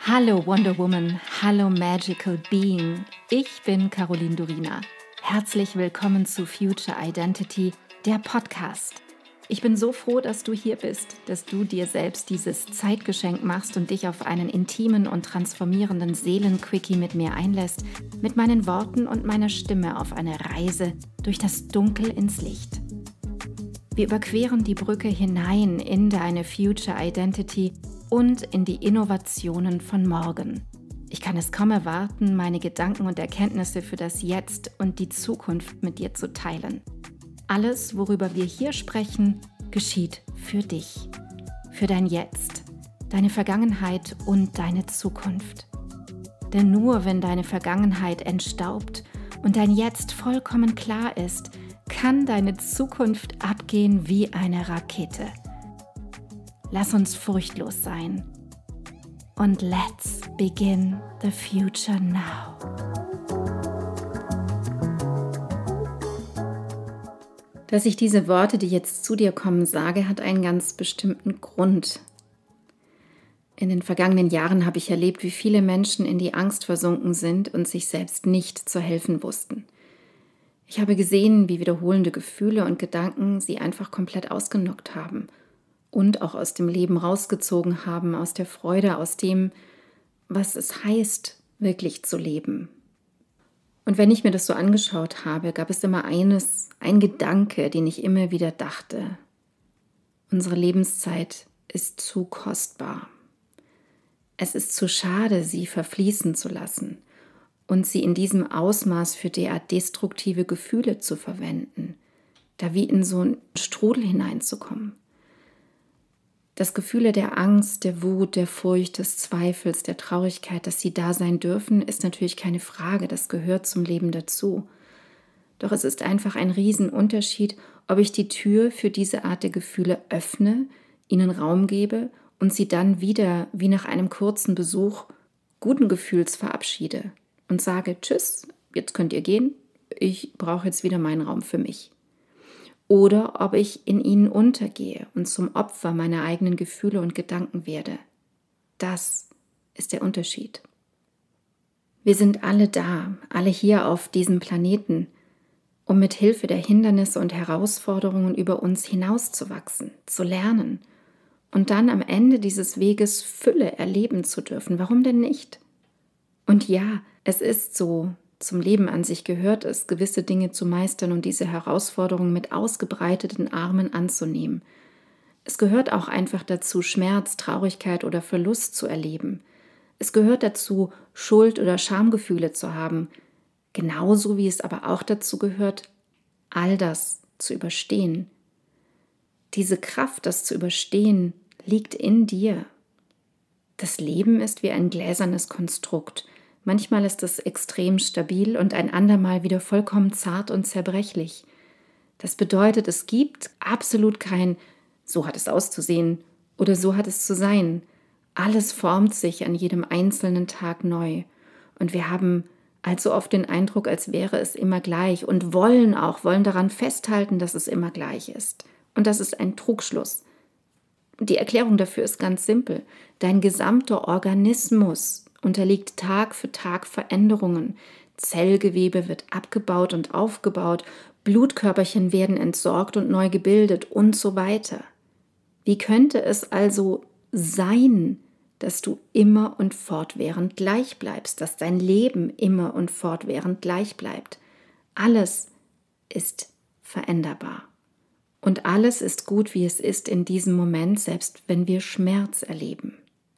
Hallo Wonder Woman, hallo Magical Being. Ich bin Caroline Durina. Herzlich willkommen zu Future Identity, der Podcast. Ich bin so froh, dass du hier bist, dass du dir selbst dieses Zeitgeschenk machst und dich auf einen intimen und transformierenden Seelenquickie mit mir einlässt, mit meinen Worten und meiner Stimme auf eine Reise durch das Dunkel ins Licht. Wir überqueren die Brücke hinein in deine Future Identity und in die Innovationen von morgen. Ich kann es kaum erwarten, meine Gedanken und Erkenntnisse für das Jetzt und die Zukunft mit dir zu teilen. Alles, worüber wir hier sprechen, geschieht für dich, für dein Jetzt, deine Vergangenheit und deine Zukunft. Denn nur wenn deine Vergangenheit entstaubt und dein Jetzt vollkommen klar ist, kann deine Zukunft abgehen wie eine Rakete. Lass uns furchtlos sein. Und let's begin the future now. Dass ich diese Worte, die jetzt zu dir kommen, sage, hat einen ganz bestimmten Grund. In den vergangenen Jahren habe ich erlebt, wie viele Menschen in die Angst versunken sind und sich selbst nicht zu helfen wussten. Ich habe gesehen, wie wiederholende Gefühle und Gedanken sie einfach komplett ausgenockt haben und auch aus dem Leben rausgezogen haben, aus der Freude, aus dem, was es heißt, wirklich zu leben. Und wenn ich mir das so angeschaut habe, gab es immer ein Gedanke, den ich immer wieder dachte. Unsere Lebenszeit ist zu kostbar. Es ist zu schade, sie verfließen zu lassen und sie in diesem Ausmaß für derart destruktive Gefühle zu verwenden, da wie in so einen Strudel hineinzukommen. Dass Gefühle der Angst, der Wut, der Furcht, des Zweifels, der Traurigkeit, dass sie da sein dürfen, ist natürlich keine Frage, das gehört zum Leben dazu. Doch es ist einfach ein Riesenunterschied, ob ich die Tür für diese Art der Gefühle öffne, ihnen Raum gebe und sie dann wieder, wie nach einem kurzen Besuch, guten Gefühls verabschiede und sage, tschüss, jetzt könnt ihr gehen, ich brauche jetzt wieder meinen Raum für mich. Oder ob ich in ihnen untergehe und zum Opfer meiner eigenen Gefühle und Gedanken werde. Das ist der Unterschied. Wir sind alle da, alle hier auf diesem Planeten, um mit Hilfe der Hindernisse und Herausforderungen über uns hinauszuwachsen, zu lernen und dann am Ende dieses Weges Fülle erleben zu dürfen. Warum denn nicht? Und ja, es ist so, zum Leben an sich gehört es, gewisse Dinge zu meistern und diese Herausforderungen mit ausgebreiteten Armen anzunehmen. Es gehört auch einfach dazu, Schmerz, Traurigkeit oder Verlust zu erleben. Es gehört dazu, Schuld- oder Schamgefühle zu haben, genauso wie es aber auch dazu gehört, all das zu überstehen. Diese Kraft, das zu überstehen, liegt in dir. Das Leben ist wie ein gläsernes Konstrukt. Manchmal ist es extrem stabil und ein andermal wieder vollkommen zart und zerbrechlich. Das bedeutet, es gibt absolut kein so hat es auszusehen oder so hat es zu sein. Alles formt sich an jedem einzelnen Tag neu. Und wir haben allzu oft den Eindruck, als wäre es immer gleich und wollen daran festhalten, dass es immer gleich ist. Und das ist ein Trugschluss. Die Erklärung dafür ist ganz simpel. Dein gesamter Organismus unterliegt Tag für Tag Veränderungen. Zellgewebe wird abgebaut und aufgebaut, Blutkörperchen werden entsorgt und neu gebildet und so weiter. Wie könnte es also sein, dass du immer und fortwährend gleich bleibst, dass dein Leben immer und fortwährend gleich bleibt? Alles ist veränderbar. Und alles ist gut, wie es ist in diesem Moment, selbst wenn wir Schmerz erleben.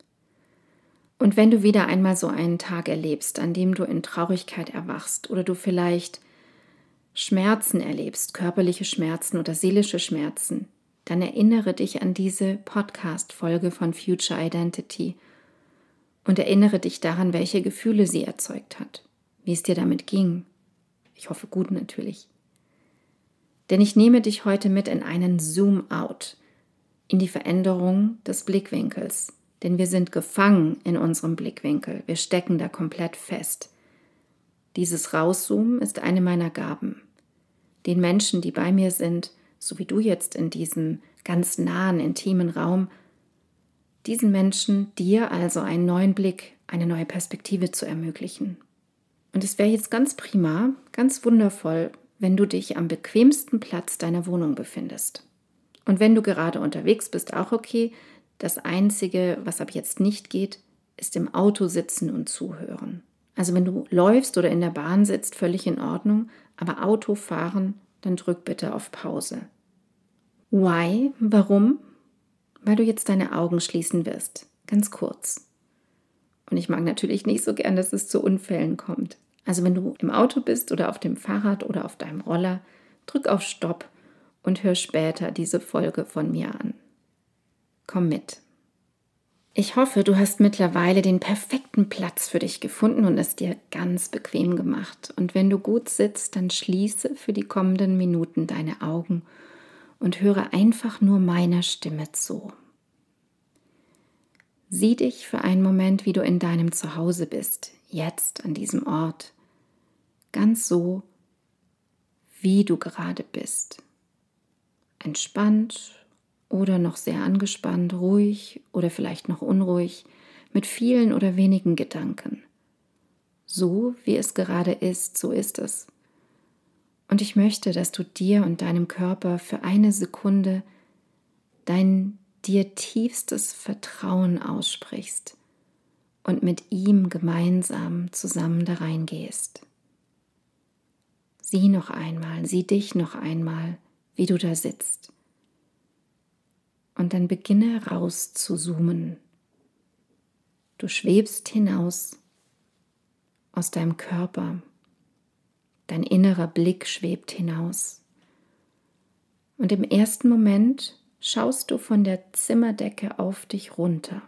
Und wenn du wieder einmal so einen Tag erlebst, an dem du in Traurigkeit erwachst oder du vielleicht Schmerzen erlebst, körperliche Schmerzen oder seelische Schmerzen, dann erinnere dich an diese Podcast-Folge von Future Identity und erinnere dich daran, welche Gefühle sie erzeugt hat, wie es dir damit ging. Ich hoffe gut natürlich. Denn ich nehme dich heute mit in einen Zoom-out, in die Veränderung des Blickwinkels. Denn wir sind gefangen in unserem Blickwinkel. Wir stecken da komplett fest. Dieses Rauszoomen ist eine meiner Gaben. Den Menschen, die bei mir sind, so wie du jetzt in diesem ganz nahen, intimen Raum, diesen Menschen dir also einen neuen Blick eine neue Perspektive zu ermöglichen. Und es wäre jetzt ganz prima, ganz wundervoll, wenn du dich am bequemsten Platz deiner Wohnung befindest. Und wenn du gerade unterwegs bist, auch okay. Das Einzige, was ab jetzt nicht geht, ist im Auto sitzen und zuhören. Also wenn du läufst oder in der Bahn sitzt, völlig in Ordnung, aber Auto fahren, dann drück bitte auf Pause. Why? Warum? Weil du jetzt deine Augen schließen wirst, ganz kurz. Und ich mag natürlich nicht so gern, dass es zu Unfällen kommt. Also wenn du im Auto bist oder auf dem Fahrrad oder auf deinem Roller, drück auf Stopp und hör später diese Folge von mir an. Komm mit. Ich hoffe, du hast mittlerweile den perfekten Platz für dich gefunden und es dir ganz bequem gemacht. Und wenn du gut sitzt, dann schließe für die kommenden Minuten deine Augen und höre einfach nur meiner Stimme zu. Sieh dich für einen Moment, wie du in deinem Zuhause bist, jetzt an diesem Ort, ganz so, wie du gerade bist. Entspannt oder noch sehr angespannt, ruhig oder vielleicht noch unruhig, mit vielen oder wenigen Gedanken. So wie es gerade ist, so ist es. Und ich möchte, dass du dir und deinem Körper für eine Sekunde dein dir tiefstes Vertrauen aussprichst und mit ihm gemeinsam zusammen da reingehst. Sieh noch einmal, sieh dich noch einmal, wie du da sitzt. Und dann beginne raus zu zoomen. Du schwebst hinaus aus deinem Körper. Dein innerer Blick schwebt hinaus. Und im ersten Moment schaust du von der Zimmerdecke auf dich runter.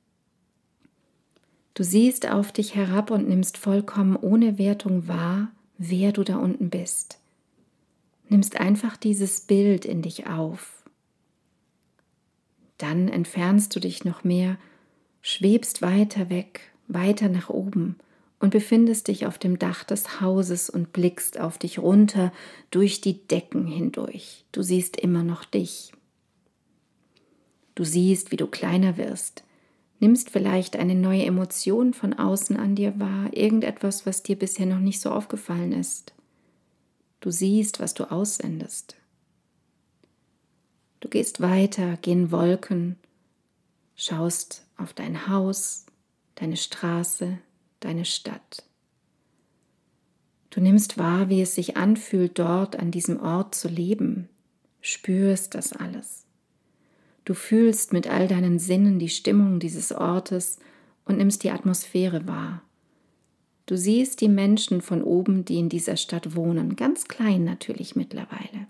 Du siehst auf dich herab und nimmst vollkommen ohne Wertung wahr, wer du da unten bist. Nimmst einfach dieses Bild in dich auf. Dann entfernst du dich noch mehr, schwebst weiter weg, weiter nach oben und befindest dich auf dem Dach des Hauses und blickst auf dich runter durch die Decken hindurch. Du siehst immer noch dich. Du siehst, wie du kleiner wirst, nimmst vielleicht eine neue Emotion von außen an dir wahr, irgendetwas, was dir bisher noch nicht so aufgefallen ist. Du siehst, was du aussendest. Du gehst weiter, gehen Wolken, schaust auf dein Haus, deine Straße, deine Stadt. Du nimmst wahr, wie es sich anfühlt, dort an diesem Ort zu leben, spürst das alles. Du fühlst mit all deinen Sinnen die Stimmung dieses Ortes und nimmst die Atmosphäre wahr. Du siehst die Menschen von oben, die in dieser Stadt wohnen, ganz klein natürlich mittlerweile.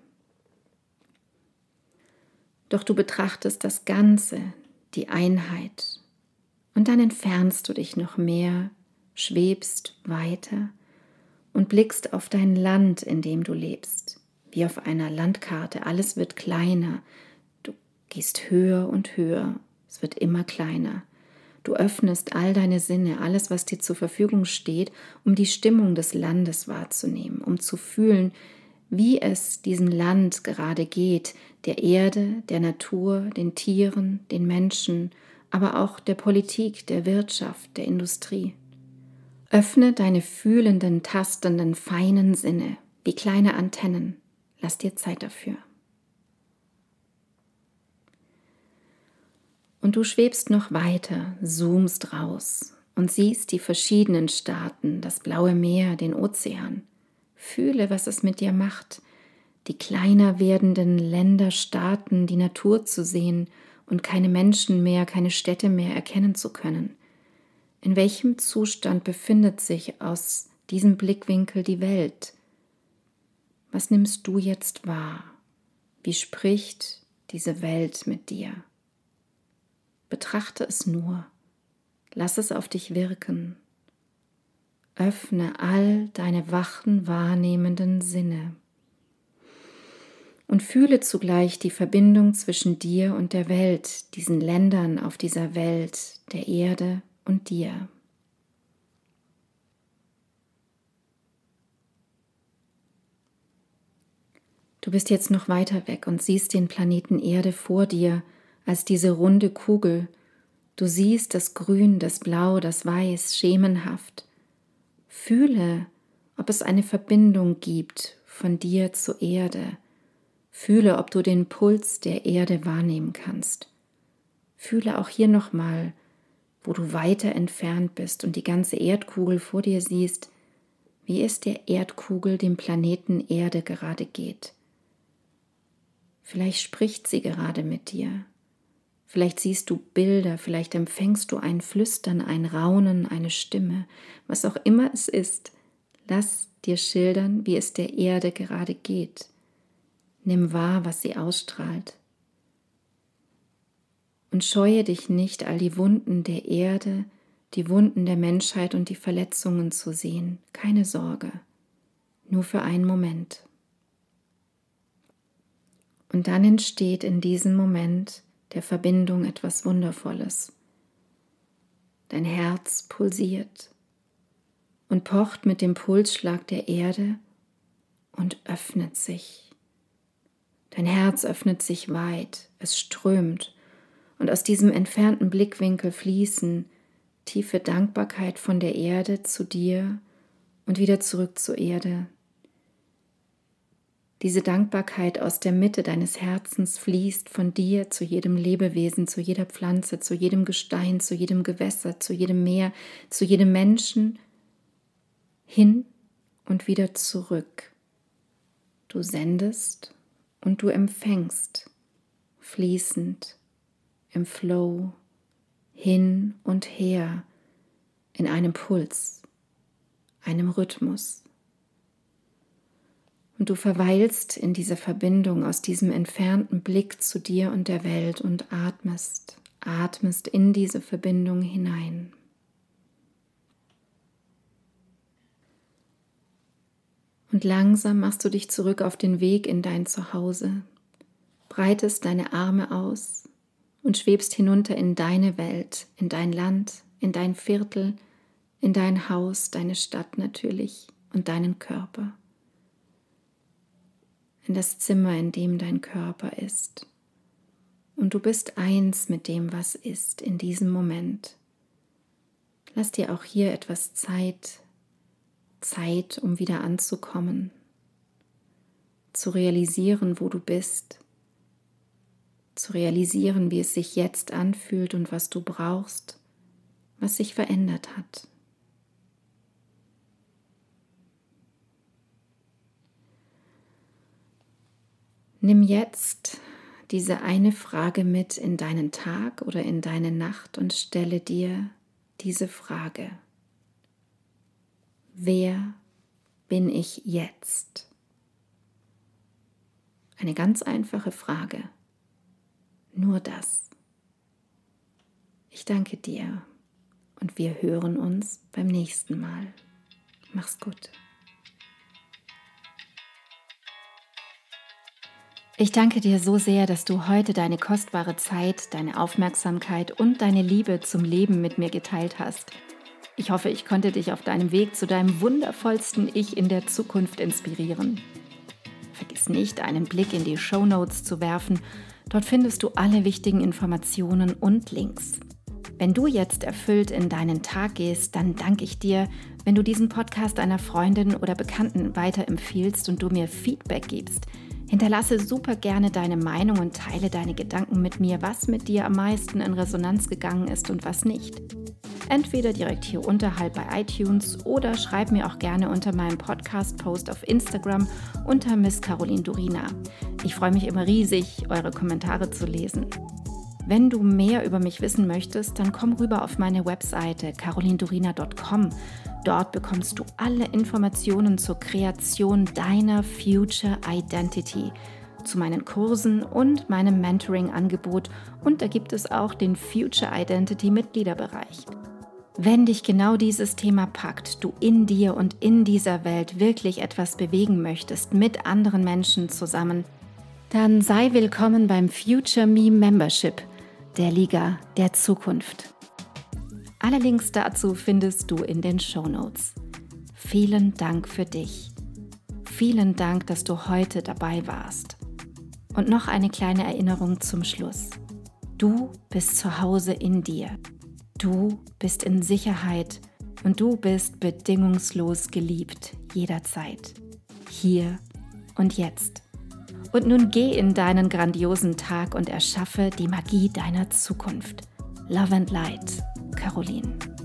Doch du betrachtest das Ganze, die Einheit, und dann entfernst du dich noch mehr, schwebst weiter und blickst auf dein Land, in dem du lebst, wie auf einer Landkarte. Alles wird kleiner, du gehst höher und höher, es wird immer kleiner. Du öffnest all deine Sinne, alles, was dir zur Verfügung steht, um die Stimmung des Landes wahrzunehmen, um zu fühlen, wie es diesem Land gerade geht, der Erde, der Natur, den Tieren, den Menschen, aber auch der Politik, der Wirtschaft, der Industrie. Öffne deine fühlenden, tastenden, feinen Sinne, wie kleine Antennen. Lass dir Zeit dafür. Und du schwebst noch weiter, zoomst raus und siehst die verschiedenen Staaten, das blaue Meer, den Ozean. Fühle, was es mit dir macht, die kleiner werdenden Länder, Staaten, die Natur zu sehen und keine Menschen mehr, keine Städte mehr erkennen zu können. In welchem Zustand befindet sich aus diesem Blickwinkel die Welt? Was nimmst du jetzt wahr? Wie spricht diese Welt mit dir? Betrachte es nur, lass es auf dich wirken. Öffne all deine wachen, wahrnehmenden Sinne und fühle zugleich die Verbindung zwischen dir und der Welt, diesen Ländern auf dieser Welt, der Erde und dir. Du bist jetzt noch weiter weg und siehst den Planeten Erde vor dir als diese runde Kugel. Du siehst das Grün, das Blau, das Weiß, schemenhaft. Fühle, ob es eine Verbindung gibt von dir zur Erde. Fühle, ob du den Puls der Erde wahrnehmen kannst. Fühle auch hier nochmal, wo du weiter entfernt bist und die ganze Erdkugel vor dir siehst, wie es der Erdkugel, dem Planeten Erde gerade geht. Vielleicht spricht sie gerade mit dir. Vielleicht siehst du Bilder, vielleicht empfängst du ein Flüstern, ein Raunen, eine Stimme, was auch immer es ist. Lass dir schildern, wie es der Erde gerade geht. Nimm wahr, was sie ausstrahlt. Und scheue dich nicht, all die Wunden der Erde, die Wunden der Menschheit und die Verletzungen zu sehen. Keine Sorge, nur für einen Moment. Und dann entsteht in diesem Moment der Verbindung etwas Wundervolles. Dein Herz pulsiert und pocht mit dem Pulsschlag der Erde und öffnet sich. Dein Herz öffnet sich weit, es strömt und aus diesem entfernten Blickwinkel fließen tiefe Dankbarkeit von der Erde zu dir und wieder zurück zur Erde. Diese Dankbarkeit aus der Mitte deines Herzens fließt von dir zu jedem Lebewesen, zu jeder Pflanze, zu jedem Gestein, zu jedem Gewässer, zu jedem Meer, zu jedem Menschen hin und wieder zurück. Du sendest und du empfängst, fließend, im Flow, hin und her, in einem Puls, einem Rhythmus. Und du verweilst in dieser Verbindung aus diesem entfernten Blick zu dir und der Welt und atmest in diese Verbindung hinein. Und langsam machst du dich zurück auf den Weg in dein Zuhause, breitest deine Arme aus und schwebst hinunter in deine Welt, in dein Land, in dein Viertel, in dein Haus, deine Stadt natürlich und deinen Körper. In das Zimmer, in dem dein Körper ist. Und du bist eins mit dem, was ist in diesem Moment. Lass dir auch hier etwas Zeit, um wieder anzukommen, zu realisieren, wo du bist, zu realisieren, wie es sich jetzt anfühlt und was du brauchst, was sich verändert hat. Nimm jetzt diese eine Frage mit in deinen Tag oder in deine Nacht und stelle dir diese Frage. Wer bin ich jetzt? Eine ganz einfache Frage. Nur das. Ich danke dir und wir hören uns beim nächsten Mal. Mach's gut. Ich danke dir so sehr, dass du heute deine kostbare Zeit, deine Aufmerksamkeit und deine Liebe zum Leben mit mir geteilt hast. Ich hoffe, ich konnte dich auf deinem Weg zu deinem wundervollsten Ich in der Zukunft inspirieren. Vergiss nicht, einen Blick in die Shownotes zu werfen. Dort findest du alle wichtigen Informationen und Links. Wenn du jetzt erfüllt in deinen Tag gehst, dann danke ich dir, wenn du diesen Podcast einer Freundin oder Bekannten weiterempfiehlst und du mir Feedback gibst. Hinterlasse super gerne deine Meinung und teile deine Gedanken mit mir, was mit dir am meisten in Resonanz gegangen ist und was nicht. Entweder direkt hier unterhalb bei iTunes oder schreib mir auch gerne unter meinem Podcast-Post auf Instagram unter Miss Caroline Durina. Ich freue mich immer riesig, eure Kommentare zu lesen. Wenn du mehr über mich wissen möchtest, dann komm rüber auf meine Webseite carolinedurina.com. Dort bekommst du alle Informationen zur Kreation deiner Future Identity, zu meinen Kursen und meinem Mentoring-Angebot und da gibt es auch den Future Identity Mitgliederbereich. Wenn dich genau dieses Thema packt, du in dir und in dieser Welt wirklich etwas bewegen möchtest, mit anderen Menschen zusammen, dann sei willkommen beim Future Me Membership, der Liga der Zukunft. Alle Links dazu findest du in den Shownotes. Vielen Dank für dich. Vielen Dank, dass du heute dabei warst. Und noch eine kleine Erinnerung zum Schluss. Du bist zu Hause in dir. Du bist in Sicherheit und du bist bedingungslos geliebt, jederzeit. Hier und jetzt. Und nun geh in deinen grandiosen Tag und erschaffe die Magie deiner Zukunft. Love and Light, Caroline.